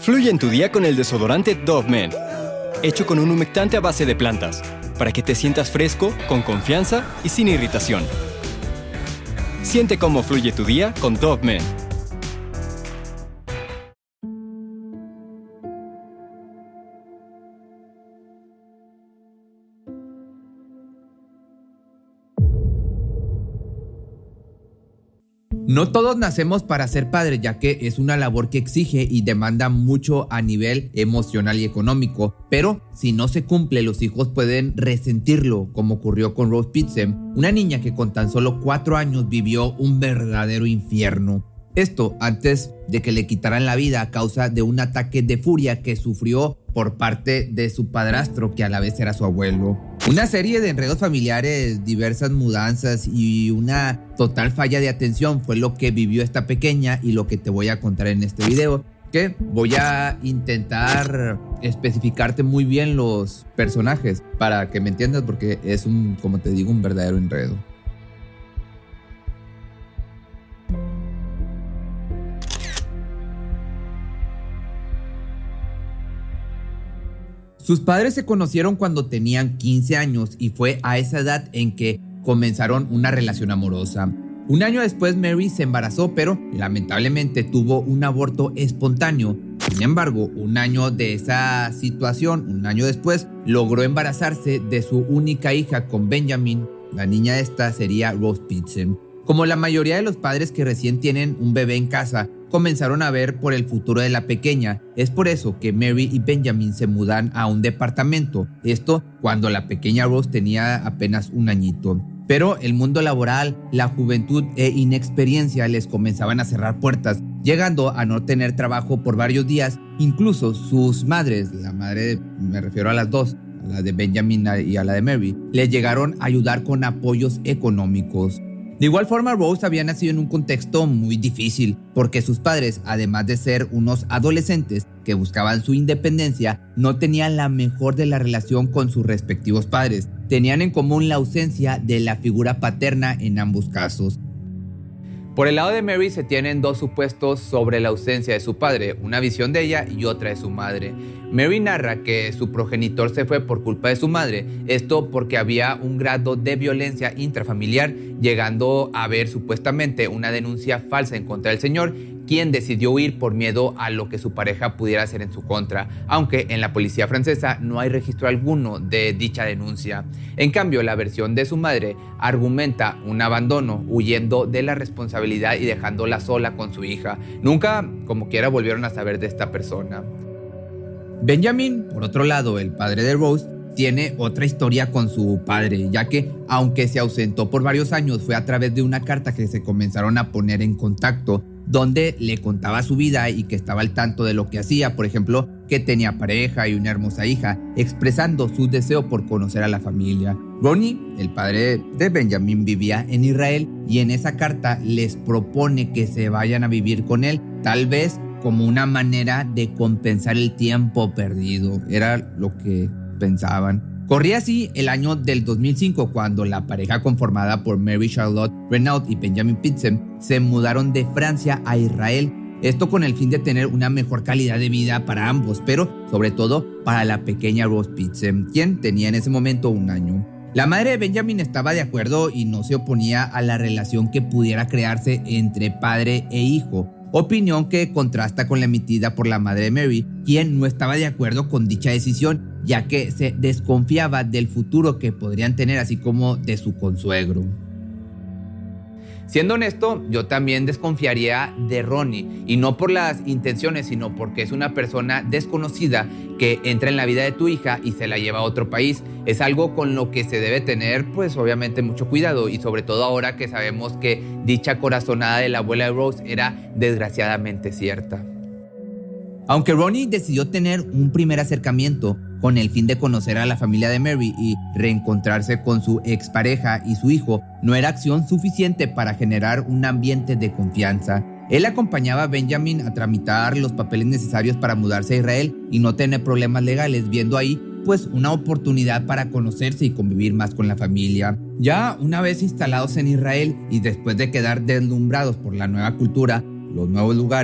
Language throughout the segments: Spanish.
Fluye en tu día con el desodorante Dove Men, hecho con un humectante a base de plantas, para que te sientas fresco, con confianza y sin irritación. Siente cómo fluye tu día con Dove Men. No todos nacemos para ser padres, ya que es una labor que exige y demanda mucho a nivel emocional y económico, pero si no se cumple, los hijos pueden resentirlo, como ocurrió con Rose Pizzem, una niña que con tan solo 4 años vivió un verdadero infierno. Esto antes de que le quitaran la vida a causa de un ataque de furia que sufrió por parte de su padrastro, que a la vez era su abuelo. Una serie de enredos familiares, diversas mudanzas y una total falla de atención fue lo que vivió esta pequeña y lo que te voy a contar en este video, que voy a intentar especificarte muy bien los personajes para que me entiendas, porque es como te digo, un verdadero enredo. Sus padres se conocieron cuando tenían 15 años y fue a esa edad en que comenzaron una relación amorosa. Un año después Mary se embarazó, pero lamentablemente tuvo un aborto espontáneo. Sin embargo, un año de esa situación, un año después, logró embarazarse de su única hija con Benjamin. La niña esta sería Rose Pizzem. Como la mayoría de los padres que recién tienen un bebé en casa, comenzaron a ver por el futuro de la pequeña. Es por eso que Mary y Benjamin se mudan a un departamento. Esto cuando la pequeña Rose tenía apenas un añito. Pero el mundo laboral, la juventud e inexperiencia les comenzaban a cerrar puertas, llegando a no tener trabajo por varios días. Incluso sus madres, me refiero a las dos, a la de Benjamin y a la de Mary, les llegaron a ayudar con apoyos económicos. De igual forma, Rose había nacido en un contexto muy difícil, porque sus padres, además de ser unos adolescentes que buscaban su independencia, no tenían la mejor de la relación con sus respectivos padres. Tenían en común la ausencia de la figura paterna en ambos casos. Por el lado de Mary se tienen dos supuestos sobre la ausencia de su padre, una visión de ella y otra de su madre. Mary narra que su progenitor se fue por culpa de su madre, esto porque había un grado de violencia intrafamiliar, llegando a haber supuestamente una denuncia falsa en contra del señor, quien decidió huir por miedo a lo que su pareja pudiera hacer en su contra, aunque en la policía francesa no hay registro alguno de dicha denuncia. En cambio, la versión de su madre argumenta un abandono, huyendo de la responsabilidad y dejándola sola con su hija. Nunca, como quiera, volvieron a saber de esta persona. Benjamin, por otro lado, el padre de Rose, tiene otra historia con su padre, ya que, aunque se ausentó por varios años, fue a través de una carta que se comenzaron a poner en contacto, donde le contaba su vida y que estaba al tanto de lo que hacía, por ejemplo, que tenía pareja y una hermosa hija, expresando su deseo por conocer a la familia. Ronnie, el padre de Benjamin, vivía en Israel y en esa carta les propone que se vayan a vivir con él, tal vez como una manera de compensar el tiempo perdido. Era lo que pensaban. Corría así el año del 2005 cuando la pareja conformada por Mary Charlotte Renaud y Benjamin Pizzem se mudaron de Francia a Israel. Esto con el fin de tener una mejor calidad de vida para ambos, pero sobre todo para la pequeña Rose Pizzem, quien tenía en ese momento 1 año. La madre de Benjamin estaba de acuerdo y no se oponía a la relación que pudiera crearse entre padre e hijo, opinión que contrasta con la emitida por la madre de Mary, quien no estaba de acuerdo con dicha decisión, ya que se desconfiaba del futuro que podrían tener, así como de su consuegro. Siendo honesto, yo también desconfiaría de Ronnie, y no por las intenciones, sino porque es una persona desconocida que entra en la vida de tu hija y se la lleva a otro país. Es algo con lo que se debe tener, pues obviamente, mucho cuidado, y sobre todo ahora que sabemos que dicha corazonada de la abuela de Rose era desgraciadamente cierta. Aunque Ronnie decidió tener un primer acercamiento con el fin de conocer a la familia de Mary y reencontrarse con su expareja y su hijo, no era acción suficiente para generar un ambiente de confianza. Él acompañaba a Benjamin a tramitar los papeles necesarios para mudarse a Israel y no tener problemas legales, viendo ahí pues una oportunidad para conocerse y convivir más con la familia. Ya una vez instalados en Israel y después de quedar deslumbrados por la nueva cultura, los nuevos lugares,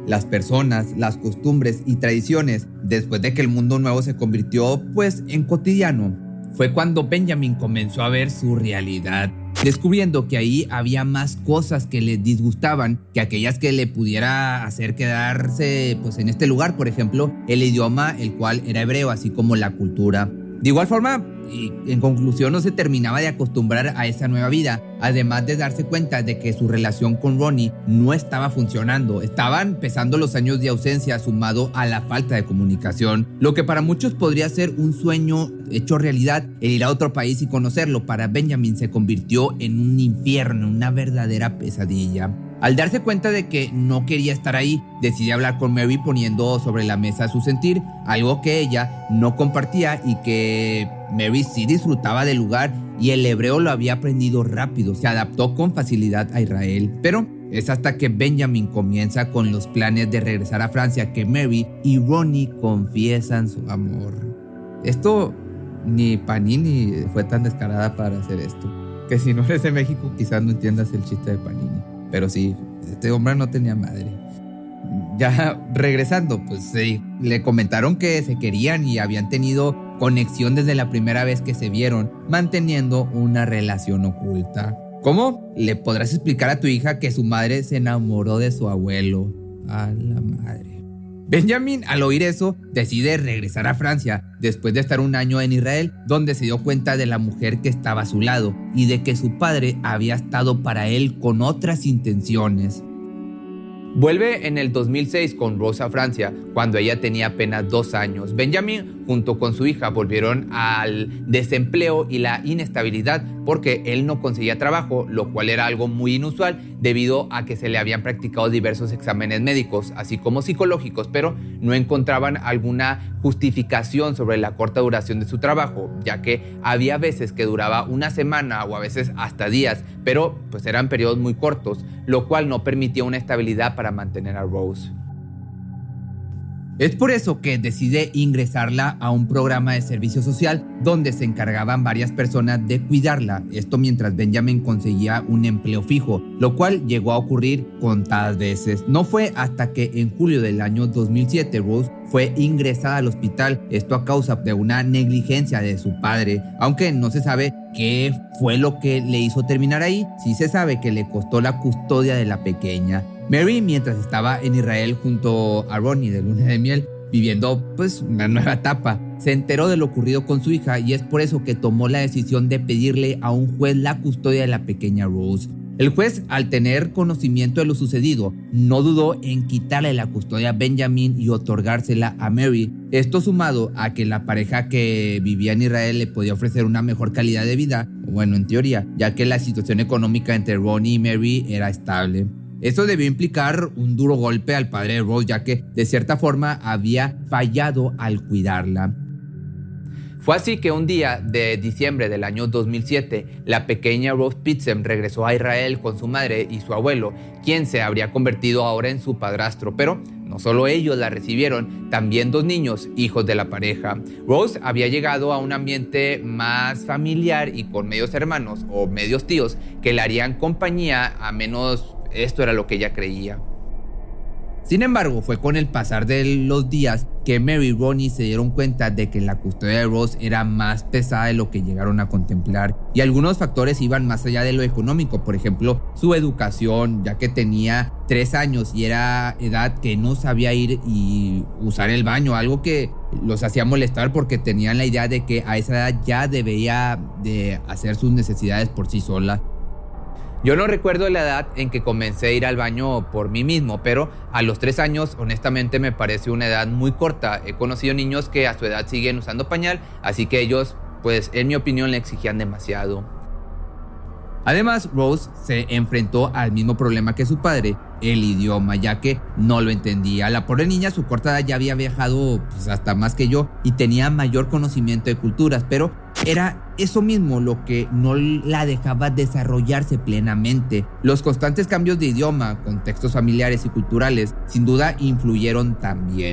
las personas, las costumbres y tradiciones después de que el mundo nuevo se convirtió pues en cotidiano. Fue cuando Benjamin comenzó a ver su realidad, descubriendo que ahí había más cosas que le disgustaban que aquellas que le pudiera hacer quedarse pues en este lugar. Por ejemplo, el idioma, el cual era hebreo, así como la cultura. De igual forma, y en conclusión, no se terminaba de acostumbrar a esa nueva vida, además de darse cuenta de que su relación con Ronnie no estaba funcionando. Estaban pesando los años de ausencia sumado a la falta de comunicación. Lo que para muchos podría ser un sueño hecho realidad, el ir a otro país y conocerlo, para Benjamin se convirtió en un infierno, una verdadera pesadilla. Al darse cuenta de que no quería estar ahí, decide hablar con Mary poniendo sobre la mesa su sentir, algo que ella no compartía y que Mary sí disfrutaba del lugar y el hebreo lo había aprendido rápido, se adaptó con facilidad a Israel. Pero es hasta que Benjamin comienza con los planes de regresar a Francia que Mary y Ronnie confiesan su amor. Esto ni Panini fue tan descarada para hacer esto, que si no eres de México quizás no entiendas el chiste de Panini. Pero sí, este hombre no tenía madre. Ya regresando, pues sí, le comentaron que se querían y habían tenido conexión desde la primera vez que se vieron, manteniendo una relación oculta. ¿Cómo le podrás explicar a tu hija que su madre se enamoró de su abuelo? A la madre. Benjamin, al oír eso, decide regresar a Francia después de estar un año en Israel, donde se dio cuenta de la mujer que estaba a su lado y de que su padre había estado para él con otras intenciones. Vuelve en el 2006 con Rose a Francia, cuando ella tenía apenas 2 años. Benjamin, junto con su hija, volvieron al desempleo y la inestabilidad porque él no conseguía trabajo, lo cual era algo muy inusual debido a que se le habían practicado diversos exámenes médicos, así como psicológicos, pero no encontraban alguna justificación sobre la corta duración de su trabajo, ya que había veces que duraba una semana o a veces hasta días, pero pues eran periodos muy cortos, lo cual no permitía una estabilidad para mantener a Rose. Es por eso que decide ingresarla a un programa de servicio social donde se encargaban varias personas de cuidarla. Esto mientras Benjamin conseguía un empleo fijo, lo cual llegó a ocurrir contadas veces. No fue hasta que en julio del año 2007 Rose fue ingresada al hospital, esto a causa de una negligencia de su padre, aunque no se sabe qué fue lo que le hizo terminar ahí. Sí se sabe que le costó la custodia de la pequeña. Mary, mientras estaba en Israel junto a Ronnie de luna de miel, viviendo pues una nueva etapa, se enteró de lo ocurrido con su hija y es por eso que tomó la decisión de pedirle a un juez la custodia de la pequeña Rose. El juez, al tener conocimiento de lo sucedido, no dudó en quitarle la custodia a Benjamin y otorgársela a Mary. Esto sumado a que la pareja que vivía en Israel le podía ofrecer una mejor calidad de vida, bueno, en teoría, ya que la situación económica entre Ronnie y Mary era estable. Esto debió implicar un duro golpe al padre de Rose, ya que de cierta forma había fallado al cuidarla. Fue así que un día de diciembre del año 2007, la pequeña Rose Pitzem regresó a Israel con su madre y su abuelo, quien se habría convertido ahora en su padrastro. Pero no solo ellos la recibieron, también 2 niños, hijos de la pareja. Rose había llegado a un ambiente más familiar y con medios hermanos o medios tíos que le harían compañía, a menos esto era lo que ella creía. Sin embargo, fue con el pasar de los días que Mary y Ronnie se dieron cuenta de que la custodia de Rose era más pesada de lo que llegaron a contemplar, y algunos factores iban más allá de lo económico. Por ejemplo, su educación, ya que tenía 3 años y era edad que no sabía ir y usar el baño, algo que los hacía molestar porque tenían la idea de que a esa edad ya debía de hacer sus necesidades por sí sola. Yo no recuerdo la edad en que comencé a ir al baño por mí mismo, pero a los 3 años honestamente me parece una edad muy corta. He conocido niños que a su edad siguen usando pañal, así que ellos, pues en mi opinión, le exigían demasiado. Además, Rose se enfrentó al mismo problema que su padre, el idioma, ya que no lo entendía. La pobre niña a su corta edad ya había viajado pues, hasta más que yo y tenía mayor conocimiento de culturas, pero era eso mismo lo que no la dejaba desarrollarse plenamente. Los constantes cambios de idioma, contextos familiares y culturales, sin duda influyeron también.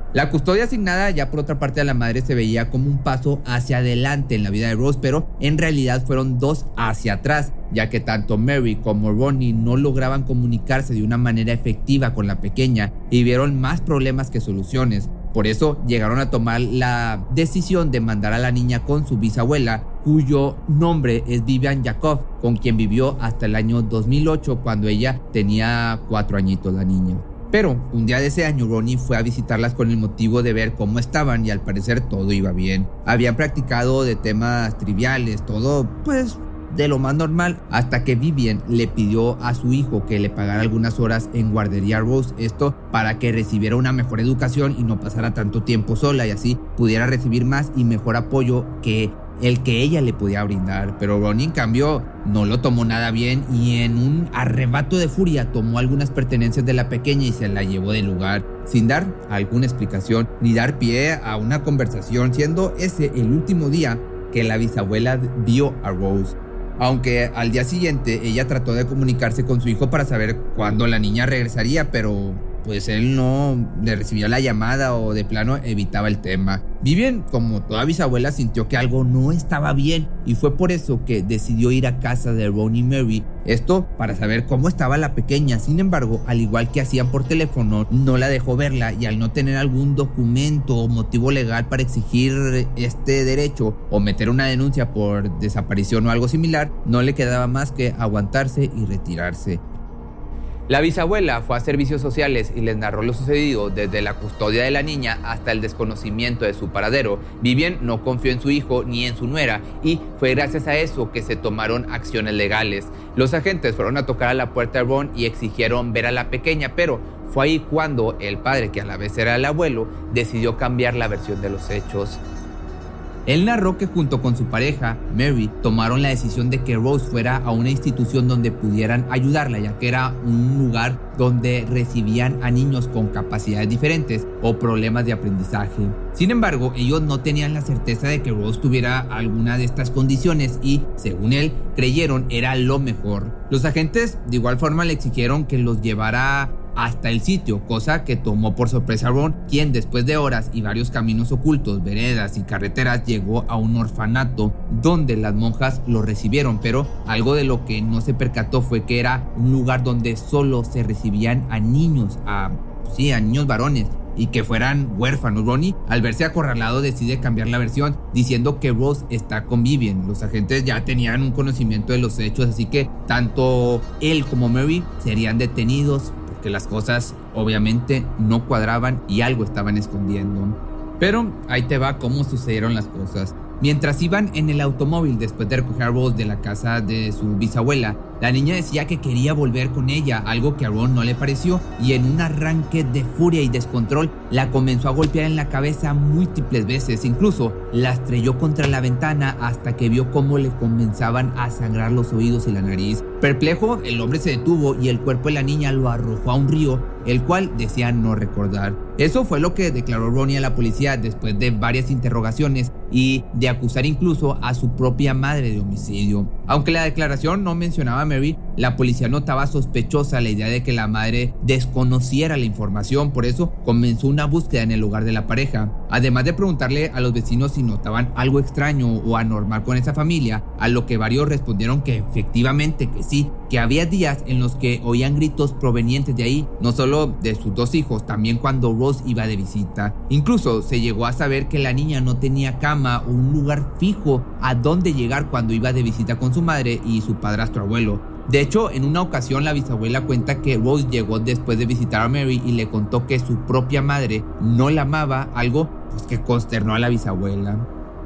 La custodia asignada ya por otra parte a la madre se veía como un paso hacia adelante en la vida de Rose, pero en realidad fueron dos hacia atrás, ya que tanto Mary como Ronnie no lograban comunicarse de una manera efectiva con la pequeña y vieron más problemas que soluciones. Por eso llegaron a tomar la decisión de mandar a la niña con su bisabuela, cuyo nombre es Vivian Jacob, con quien vivió hasta el año 2008 cuando ella tenía 4 añitos la niña. Pero un día de ese año Ronnie fue a visitarlas con el motivo de ver cómo estaban y al parecer todo iba bien. Habían practicado de temas triviales, todo pues de lo más normal, hasta que Vivian le pidió a su hijo que le pagara algunas horas en guardería Rose, esto para que recibiera una mejor educación y no pasara tanto tiempo sola y así pudiera recibir más y mejor apoyo que el que ella le podía brindar. Pero Ronnie en cambio no lo tomó nada bien y en un arrebato de furia tomó algunas pertenencias de la pequeña y se la llevó del lugar sin dar alguna explicación ni dar pie a una conversación, siendo ese el último día que la bisabuela vio a Rose. Aunque al día siguiente ella trató de comunicarse con su hijo para saber cuándo la niña regresaría, pero pues él no le recibía la llamada o de plano evitaba el tema. Vivian, como toda bisabuela, sintió que algo no estaba bien y fue por eso que decidió ir a casa de Ron y Mary, esto para saber cómo estaba la pequeña. Sin embargo, al igual que hacían por teléfono, no la dejó verla y al no tener algún documento o motivo legal para exigir este derecho o meter una denuncia por desaparición o algo similar, no le quedaba más que aguantarse y retirarse. La bisabuela fue a servicios sociales y les narró lo sucedido desde la custodia de la niña hasta el desconocimiento de su paradero. Vivian no confió en su hijo ni en su nuera y fue gracias a eso que se tomaron acciones legales. Los agentes fueron a tocar a la puerta de Ron y exigieron ver a la pequeña, pero fue ahí cuando el padre, que a la vez era el abuelo, decidió cambiar la versión de los hechos. Él narró que junto con su pareja, Mary, tomaron la decisión de que Rose fuera a una institución donde pudieran ayudarla, ya que era un lugar donde recibían a niños con capacidades diferentes o problemas de aprendizaje. Sin embargo, ellos no tenían la certeza de que Rose tuviera alguna de estas condiciones y, según él, creyeron era lo mejor. Los agentes de igual forma le exigieron que los llevara hasta el sitio, cosa que tomó por sorpresa a Ron, quien después de horas y varios caminos ocultos, veredas y carreteras llegó a un orfanato donde las monjas lo recibieron, pero algo de lo que no se percató fue que era un lugar donde solo se recibían a niños, a niños varones y que fueran huérfanos. Ronnie, al verse acorralado, decide cambiar la versión diciendo que Rose está con Vivian. Los agentes ya tenían un conocimiento de los hechos, así que tanto él como Mary serían detenidos, que las cosas obviamente no cuadraban y algo estaban escondiendo. Pero ahí te va cómo sucedieron las cosas. Mientras iban en el automóvil después de recoger a Rose de la casa de su bisabuela, la niña decía que quería volver con ella, algo que a Ron no le pareció, y en un arranque de furia y descontrol la comenzó a golpear en la cabeza múltiples veces. Incluso la estrelló contra la ventana hasta que vio cómo le comenzaban a sangrar los oídos y la nariz. Perplejo, el hombre se detuvo y el cuerpo de la niña lo arrojó a un río, el cual decía no recordar. Eso fue lo que declaró Ronnie a la policía después de varias interrogaciones y de acusar incluso a su propia madre de homicidio. Aunque la declaración no mencionaba a Mary, la policía notaba sospechosa la idea de que la madre desconociera la información, por eso comenzó una búsqueda en el hogar de la pareja. Además de preguntarle a los vecinos si notaban algo extraño o anormal con esa familia, a lo que varios respondieron que efectivamente que sí, que había días en los que oían gritos provenientes de ahí, no solo de sus 2 hijos, también cuando Rose iba de visita. Incluso se llegó a saber que la niña no tenía cama o un lugar fijo a donde llegar cuando iba de visita con su madre y su padrastro abuelo. De hecho, en una ocasión la bisabuela cuenta que Rose llegó después de visitar a Mary y le contó que su propia madre no la amaba, algo pues, que consternó a la bisabuela.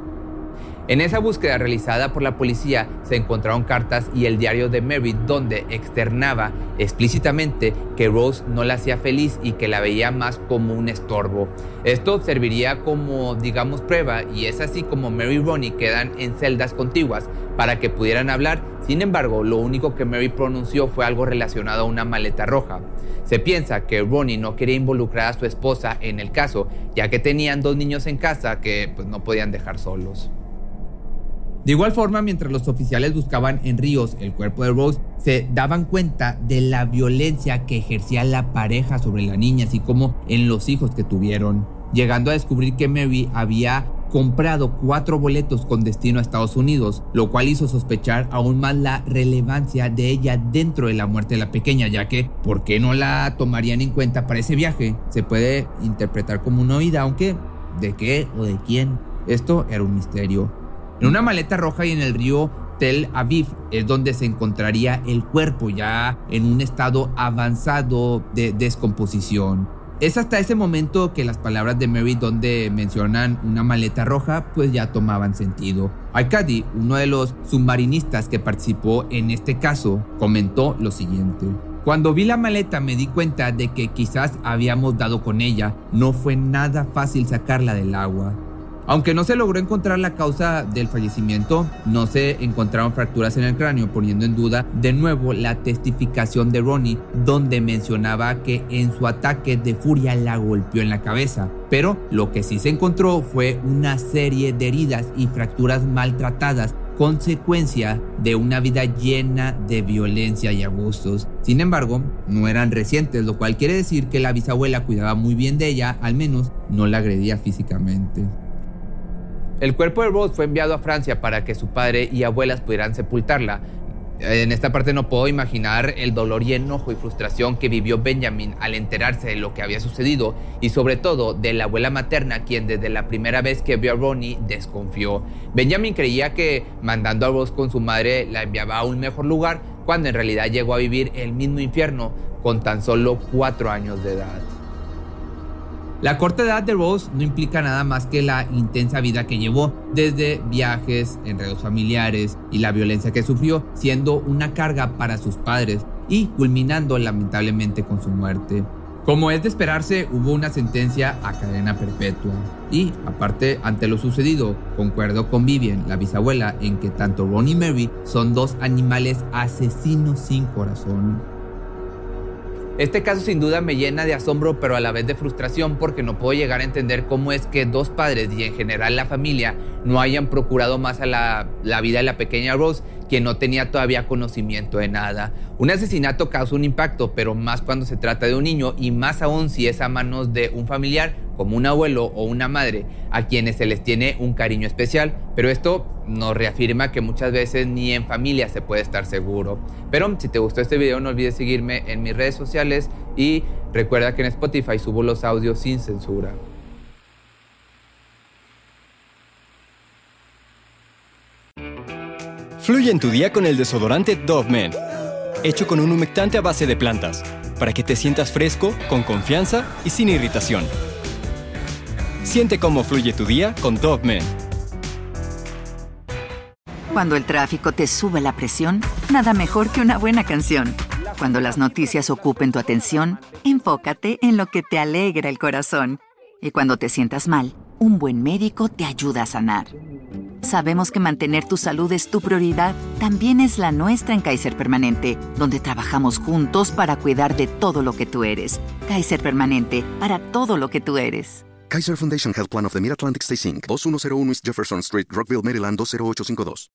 En esa búsqueda realizada por la policía se encontraron cartas y el diario de Mary donde externaba explícitamente que Rose no la hacía feliz y que la veía más como un estorbo. Esto serviría como, digamos, prueba y es así como Mary y Ronnie quedan en celdas contiguas para que pudieran hablar. Sin embargo, lo único que Mary pronunció fue algo relacionado a una maleta roja. Se piensa que Ronnie no quería involucrar a su esposa en el caso, ya que tenían 2 niños en casa que pues, no podían dejar solos. De igual forma, mientras los oficiales buscaban en ríos el cuerpo de Rose, se daban cuenta de la violencia que ejercía la pareja sobre la niña, así como en los hijos que tuvieron. llegando a descubrir que Mary había comprado 4 boletos con destino a Estados Unidos, lo cual hizo sospechar aún más la relevancia de ella dentro de la muerte de la pequeña, ya que ¿por qué no la tomarían en cuenta para ese viaje? Se puede interpretar como una huida, aunque ¿de qué o de quién? Esto era un misterio. En una maleta roja y en el río Tel Aviv es donde se encontraría el cuerpo, ya en un estado avanzado de descomposición. Es hasta ese momento que las palabras de Mary donde mencionan una maleta roja pues ya tomaban sentido. Arkady, uno de los submarinistas que participó en este caso, comentó lo siguiente: cuando vi la maleta me di cuenta de que quizás habíamos dado con ella. No fue nada fácil sacarla del agua. Aunque no se logró encontrar la causa del fallecimiento, no se encontraron fracturas en el cráneo, poniendo en duda de nuevo la testificación de Ronnie, donde mencionaba que en su ataque de furia la golpeó en la cabeza. Pero lo que sí se encontró fue una serie de heridas y fracturas maltratadas, consecuencia de una vida llena de violencia y abusos. Sin embargo, no eran recientes, lo cual quiere decir que la bisabuela cuidaba muy bien de ella, al menos no la agredía físicamente. El cuerpo de Rose fue enviado a Francia para que su padre y abuelas pudieran sepultarla. En esta parte no puedo imaginar el dolor y enojo y frustración que vivió Benjamin al enterarse de lo que había sucedido, y sobre todo de la abuela materna, quien desde la primera vez que vio a Ronnie desconfió. Benjamin creía que mandando a Rose con su madre la enviaba a un mejor lugar, cuando en realidad llegó a vivir el mismo infierno con tan solo 4 años de edad. La corta edad de Rose no implica nada más que la intensa vida que llevó, desde viajes, enredos familiares y la violencia que sufrió, siendo una carga para sus padres y culminando lamentablemente con su muerte. Como es de esperarse, hubo una sentencia a cadena perpetua. Y, aparte, ante lo sucedido, concuerdo con Vivian, la bisabuela, en que tanto Ron y Mary son 2 animales asesinos sin corazón. Este caso sin duda me llena de asombro, pero a la vez de frustración, porque no puedo llegar a entender cómo es que 2 padres y en general la familia no hayan procurado más a la vida de la pequeña Rose, quien no tenía todavía conocimiento de nada. Un asesinato causa un impacto, pero más cuando se trata de un niño, y más aún si es a manos de un familiar como un abuelo o una madre, a quienes se les tiene un cariño especial. Pero esto nos reafirma que muchas veces ni en familia se puede estar seguro. Pero si te gustó este video, no olvides seguirme en mis redes sociales y recuerda que en Spotify subo los audios sin censura. Fluye en tu día con el desodorante Dove Men, hecho con un humectante a base de plantas, para que te sientas fresco, con confianza y sin irritación. Siente cómo fluye tu día con Dove Men. Cuando el tráfico te sube la presión, nada mejor que una buena canción. Cuando las noticias ocupen tu atención, enfócate en lo que te alegra el corazón. Y cuando te sientas mal, un buen médico te ayuda a sanar. Sabemos que mantener tu salud es tu prioridad, también es la nuestra en Kaiser Permanente, donde trabajamos juntos para cuidar de todo lo que tú eres. Kaiser Permanente, para todo lo que tú eres. Kaiser Foundation Health Plan of the Mid-Atlantic Stay Inc. 2101 East Jefferson Street, Rockville, Maryland 20852.